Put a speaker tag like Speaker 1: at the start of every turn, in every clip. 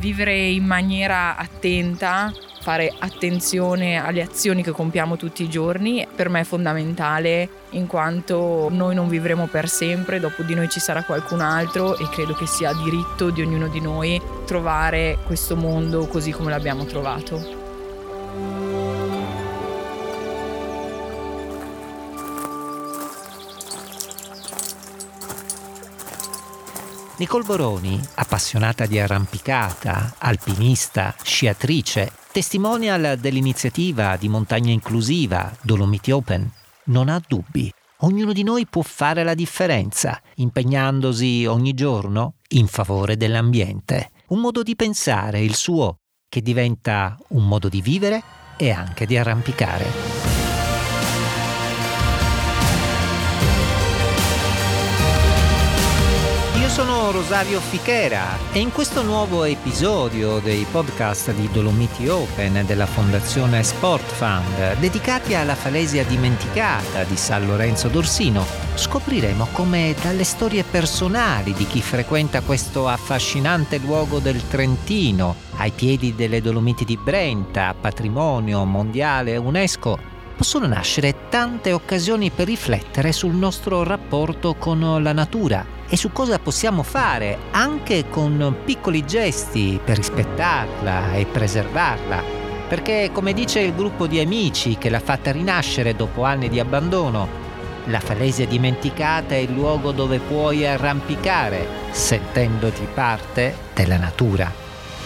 Speaker 1: vivere in maniera attenta, fare attenzione alle azioni che compiamo tutti i giorni, per me è fondamentale, in quanto noi non vivremo per sempre, dopo di noi ci sarà qualcun altro e credo che sia diritto di ognuno di noi trovare questo mondo così come l'abbiamo trovato.
Speaker 2: Nicole Boroni, appassionata di arrampicata, alpinista, sciatrice, testimonial dell'iniziativa di montagna inclusiva Dolomiti Open, non ha dubbi. Ognuno di noi può fare la differenza, impegnandosi ogni giorno in favore dell'ambiente. Un modo di pensare, il suo, che diventa un modo di vivere e anche di arrampicare. Io sono Rosario Fichera e in questo nuovo episodio dei podcast di Dolomiti Open della Fondazione Sport Fund, dedicati alla falesia dimenticata di San Lorenzo d'Orsino, scopriremo come dalle storie personali di chi frequenta questo affascinante luogo del Trentino, ai piedi delle Dolomiti di Brenta, patrimonio mondiale UNESCO, possono nascere tante occasioni per riflettere sul nostro rapporto con la natura e su cosa possiamo fare anche con piccoli gesti per rispettarla e preservarla. Perché, come dice il gruppo di amici che l'ha fatta rinascere dopo anni di abbandono, la falesia dimenticata è il luogo dove puoi arrampicare sentendoti parte della natura.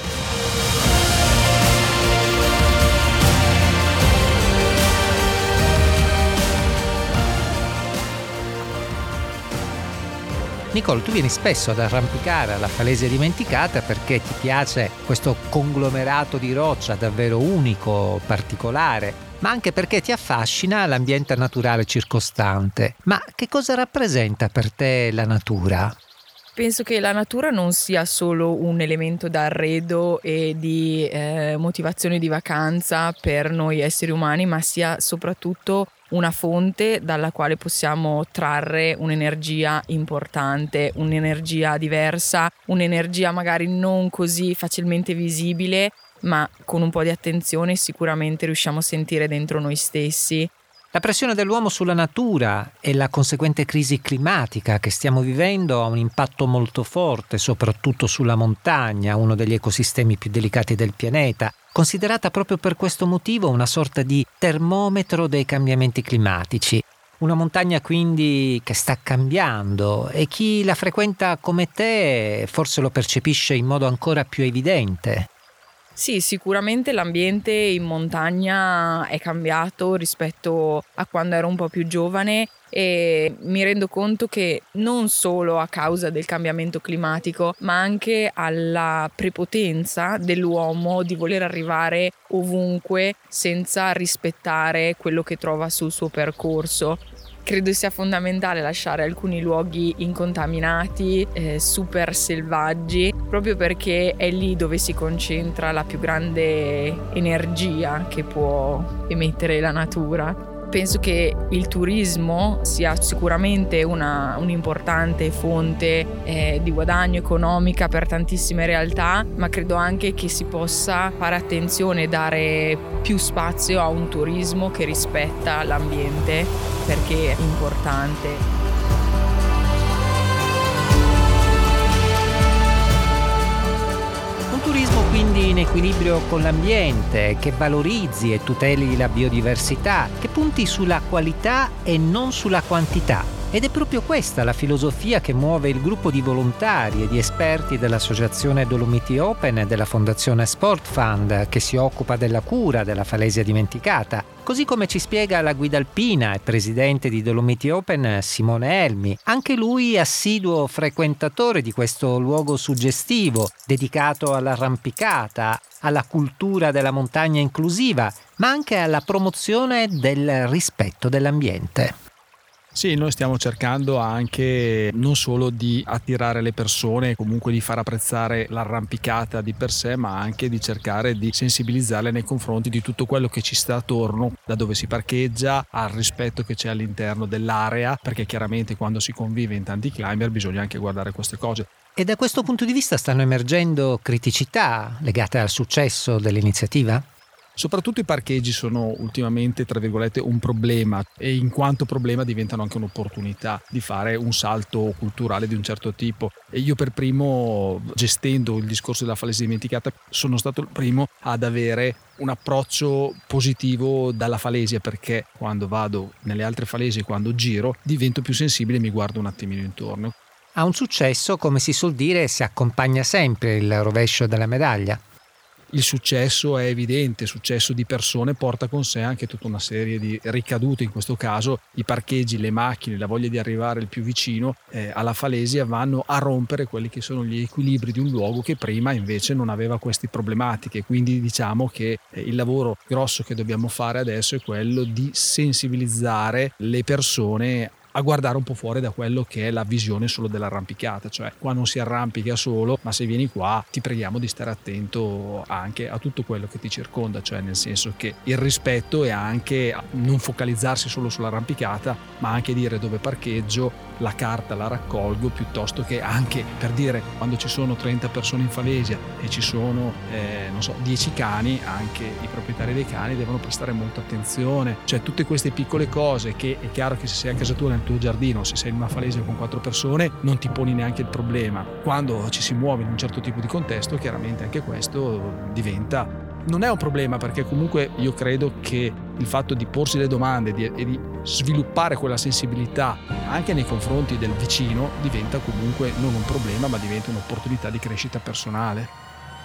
Speaker 2: Nicole, tu vieni spesso ad arrampicare alla falesia dimenticata perché ti piace questo conglomerato di roccia davvero unico, particolare, ma anche perché ti affascina l'ambiente naturale circostante. Ma che cosa rappresenta per te la natura?
Speaker 1: Penso che la natura non sia solo un elemento d'arredo e di motivazione di vacanza per noi esseri umani, ma sia soprattutto una fonte dalla quale possiamo trarre un'energia importante, un'energia diversa, un'energia magari non così facilmente visibile, ma con un po' di attenzione sicuramente riusciamo a sentire dentro noi stessi.
Speaker 2: La pressione dell'uomo sulla natura e la conseguente crisi climatica che stiamo vivendo ha un impatto molto forte, soprattutto sulla montagna, uno degli ecosistemi più delicati del pianeta, considerata proprio per questo motivo una sorta di termometro dei cambiamenti climatici. Una montagna quindi che sta cambiando e chi la frequenta come te forse lo percepisce in modo ancora più evidente.
Speaker 1: Sì, sicuramente l'ambiente in montagna è cambiato rispetto a quando ero un po' più giovane e mi rendo conto che non solo a causa del cambiamento climatico, ma anche alla prepotenza dell'uomo di voler arrivare ovunque senza rispettare quello che trova sul suo percorso. Credo sia fondamentale lasciare alcuni luoghi incontaminati, super selvaggi, proprio perché è lì dove si concentra la più grande energia che può emettere la natura. Penso che il turismo sia sicuramente un'importante fonte di guadagno economica per tantissime realtà, ma credo anche che si possa fare attenzione e dare più spazio a un turismo che rispetta l'ambiente, perché è importante.
Speaker 2: Un turismo quindi in equilibrio con l'ambiente, che valorizzi e tuteli la biodiversità, che punti sulla qualità e non sulla quantità. Ed è proprio questa la filosofia che muove il gruppo di volontari e di esperti dell'Associazione Dolomiti Open e della Fondazione Sport Fund, che si occupa della cura della falesia dimenticata. Così come ci spiega la guida alpina e presidente di Dolomiti Open Simone Elmi, anche lui assiduo frequentatore di questo luogo suggestivo, dedicato all'arrampicata, alla cultura della montagna inclusiva, ma anche alla promozione del rispetto dell'ambiente.
Speaker 3: Sì, noi stiamo cercando anche non solo di attirare le persone, comunque di far apprezzare l'arrampicata di per sé, ma anche di cercare di sensibilizzarle nei confronti di tutto quello che ci sta attorno, da dove si parcheggia, al rispetto che c'è all'interno dell'area, perché chiaramente quando si convive in tanti climber bisogna anche guardare queste cose.
Speaker 2: E da questo punto di vista stanno emergendo criticità legate al successo dell'iniziativa?
Speaker 3: Soprattutto i parcheggi sono ultimamente, tra virgolette, un problema, e in quanto problema diventano anche un'opportunità di fare un salto culturale di un certo tipo. E io per primo, gestendo il discorso della falesia dimenticata, sono stato il primo ad avere un approccio positivo dalla falesia, perché quando vado nelle altre falesie, quando giro, divento più sensibile e mi guardo un attimino intorno.
Speaker 2: A un successo, come si suol dire, si accompagna sempre il rovescio della medaglia.
Speaker 3: Il successo è evidente, il successo di persone porta con sé anche tutta una serie di ricadute. In questo caso i parcheggi, le macchine, la voglia di arrivare il più vicino alla falesia vanno a rompere quelli che sono gli equilibri di un luogo che prima invece non aveva queste problematiche. Quindi diciamo che il lavoro grosso che dobbiamo fare adesso è quello di sensibilizzare le persone a guardare un po' fuori da quello che è la visione solo dell'arrampicata, cioè qua non si arrampica solo, ma se vieni qua ti preghiamo di stare attento anche a tutto quello che ti circonda, cioè nel senso che il rispetto è anche non focalizzarsi solo sull'arrampicata, ma anche dire dove parcheggio, la carta la raccolgo, piuttosto che anche per dire quando ci sono 30 persone in falesia e ci sono 10 cani, anche i proprietari dei cani devono prestare molta attenzione, cioè tutte queste piccole cose che è chiaro che se sei a casa tua nel tuo giardino, se sei in una falesia con 4 persone non ti poni neanche il problema. Quando ci si muove in un certo tipo di contesto, chiaramente anche questo diventa, non è un problema, perché comunque io credo che il fatto di porsi le domande e di sviluppare quella sensibilità anche nei confronti del vicino diventa comunque non un problema, ma diventa un'opportunità di crescita personale.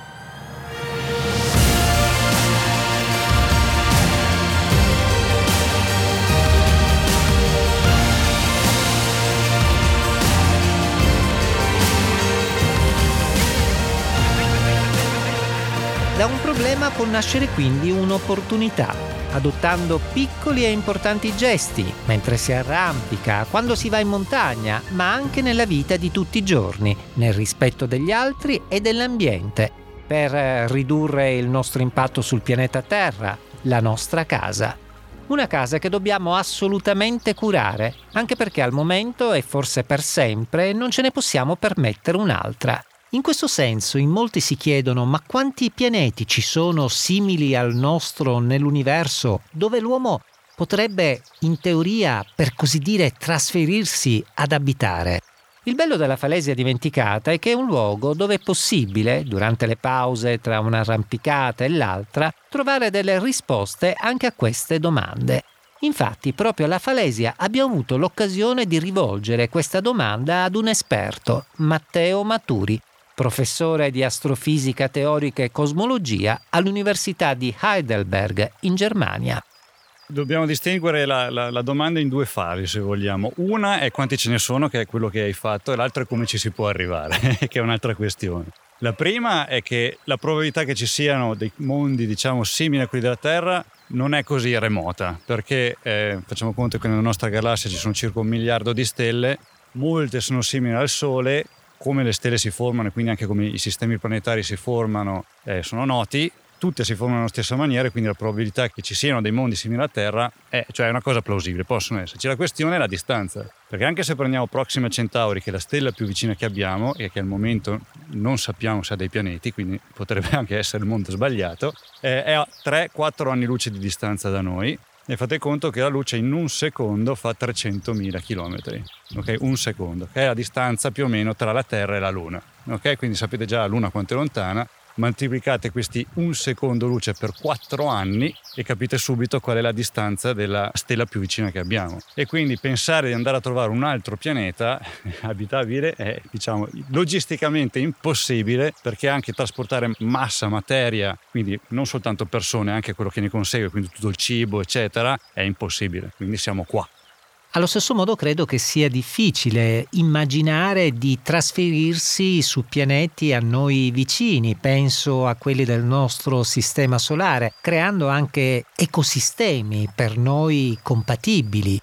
Speaker 2: Da un problema può nascere quindi un'opportunità, adottando piccoli e importanti gesti mentre si arrampica, quando si va in montagna, ma anche nella vita di tutti i giorni, nel rispetto degli altri e dell'ambiente, per ridurre il nostro impatto sul pianeta Terra, la nostra casa. Una casa che dobbiamo assolutamente curare, anche perché al momento e forse per sempre non ce ne possiamo permettere un'altra. In questo senso, in molti si chiedono: ma quanti pianeti ci sono simili al nostro nell'universo, dove l'uomo potrebbe, in teoria, per così dire, trasferirsi ad abitare? Il bello della falesia dimenticata è che è un luogo dove è possibile, durante le pause tra un'arrampicata e l'altra, trovare delle risposte anche a queste domande. Infatti, proprio alla falesia abbiamo avuto l'occasione di rivolgere questa domanda ad un esperto, Matteo Maturi, professore di astrofisica teorica e cosmologia all'Università di Heidelberg in Germania.
Speaker 4: Dobbiamo distinguere la domanda in due fasi, se vogliamo. Una è quanti ce ne sono, che è quello che hai fatto, e l'altra è come ci si può arrivare, che è un'altra questione. La prima è che la probabilità che ci siano dei mondi, diciamo, simili a quelli della Terra non è così remota, perché facciamo conto che nella nostra galassia ci sono circa 1 miliardo di stelle, molte sono simili al Sole. Come le stelle si formano e quindi anche come i sistemi planetari si formano sono noti, tutte si formano nella stessa maniera, e quindi la probabilità che ci siano dei mondi simili alla Terra è una cosa plausibile, possono esserci. La questione è la distanza, perché anche se prendiamo Proxima Centauri, che è la stella più vicina che abbiamo e che al momento non sappiamo se ha dei pianeti, quindi potrebbe anche essere il mondo sbagliato, è a 3-4 anni luce di distanza da noi. E fate conto che la luce in un secondo fa 300.000 chilometri, ok? Un secondo, che è la distanza più o meno tra la Terra e la Luna, ok? Quindi sapete già la Luna quanto è lontana, moltiplicate questi un secondo luce per 4 anni e capite subito qual è la distanza della stella più vicina che abbiamo. E quindi pensare di andare a trovare un altro pianeta abitabile è, diciamo, logisticamente impossibile, perché anche trasportare massa, materia, quindi non soltanto persone, anche quello che ne consegue, quindi tutto il cibo, eccetera, è impossibile. Quindi siamo qua.
Speaker 2: Allo stesso modo credo che sia difficile immaginare di trasferirsi su pianeti a noi vicini, penso a quelli del nostro sistema solare, creando anche ecosistemi per noi compatibili.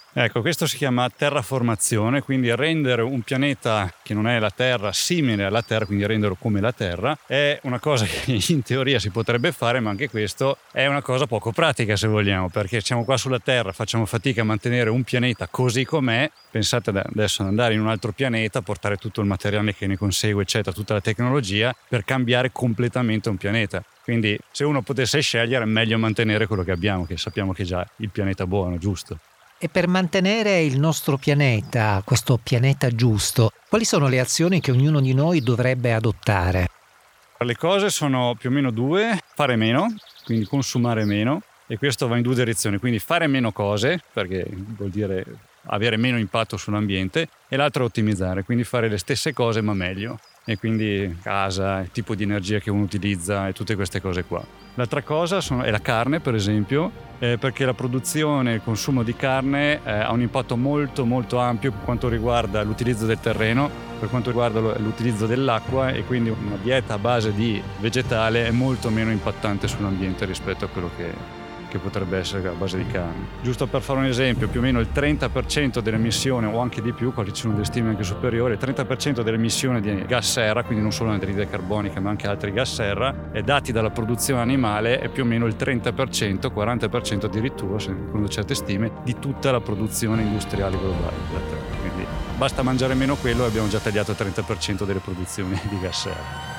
Speaker 4: Ecco, questo si chiama terraformazione, quindi rendere un pianeta che non è la Terra simile alla Terra, quindi renderlo come la Terra, è una cosa che in teoria si potrebbe fare, ma anche questo è una cosa poco pratica, se vogliamo, perché siamo qua sulla Terra, facciamo fatica a mantenere un pianeta così com'è. Pensate adesso ad andare in un altro pianeta, portare tutto il materiale che ne consegue, eccetera, tutta la tecnologia, per cambiare completamente un pianeta. Quindi se uno potesse scegliere è meglio mantenere quello che abbiamo, che sappiamo che è già il pianeta buono, giusto?
Speaker 2: E per mantenere il nostro pianeta, questo pianeta giusto, quali sono le azioni che ognuno di noi dovrebbe adottare?
Speaker 4: Le cose sono più o meno due: fare meno, quindi consumare meno, e questo va in due direzioni, quindi fare meno cose, perché vuol dire avere meno impatto sull'ambiente, e l'altro è ottimizzare, quindi fare le stesse cose ma meglio, e quindi casa, il tipo di energia che uno utilizza e tutte queste cose qua. L'altra cosa è la carne, per esempio, perché la produzione e il consumo di carne ha un impatto molto molto ampio per quanto riguarda l'utilizzo del terreno, per quanto riguarda l'utilizzo dell'acqua, e quindi una dieta a base di vegetale è molto meno impattante sull'ambiente rispetto a quello che potrebbe essere a base di carne. Giusto per fare un esempio, più o meno il 30% delle emissioni, o anche di più, qua ci sono delle stime anche superiori, il 30% delle emissioni di gas serra, quindi non solo anidride carbonica ma anche altri gas serra, è dati dalla produzione animale, è più o meno il 30%, 40% addirittura, secondo certe stime, di tutta la produzione industriale globale della Terra. Quindi basta mangiare meno quello e abbiamo già tagliato il 30% delle produzioni di gas serra.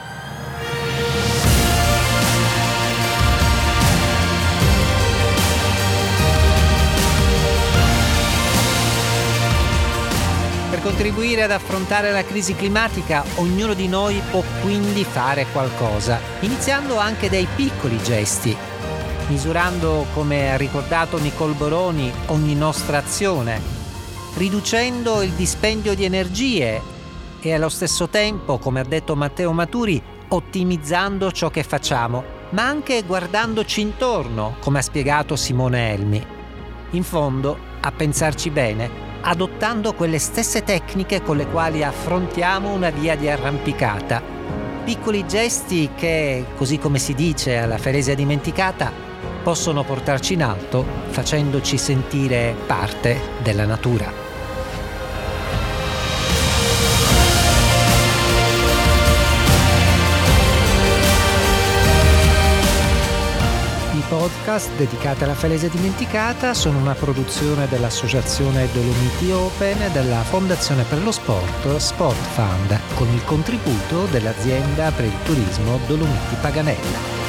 Speaker 2: Per contribuire ad affrontare la crisi climatica, ognuno di noi può quindi fare qualcosa, iniziando anche dai piccoli gesti, misurando, come ha ricordato Nicole Boroni, ogni nostra azione, riducendo il dispendio di energie e allo stesso tempo, come ha detto Matteo Maturi, ottimizzando ciò che facciamo, ma anche guardandoci intorno, come ha spiegato Simone Elmi. In fondo, a pensarci bene, adottando quelle stesse tecniche con le quali affrontiamo una via di arrampicata. Piccoli gesti che, così come si dice alla Falesia dimenticata, possono portarci in alto facendoci sentire parte della natura. I podcast dedicati alla Falesia dimenticata sono una produzione dell'associazione Dolomiti Open e della Fondazione per lo Sport Sport Fund, con il contributo dell'azienda per il turismo Dolomiti Paganella.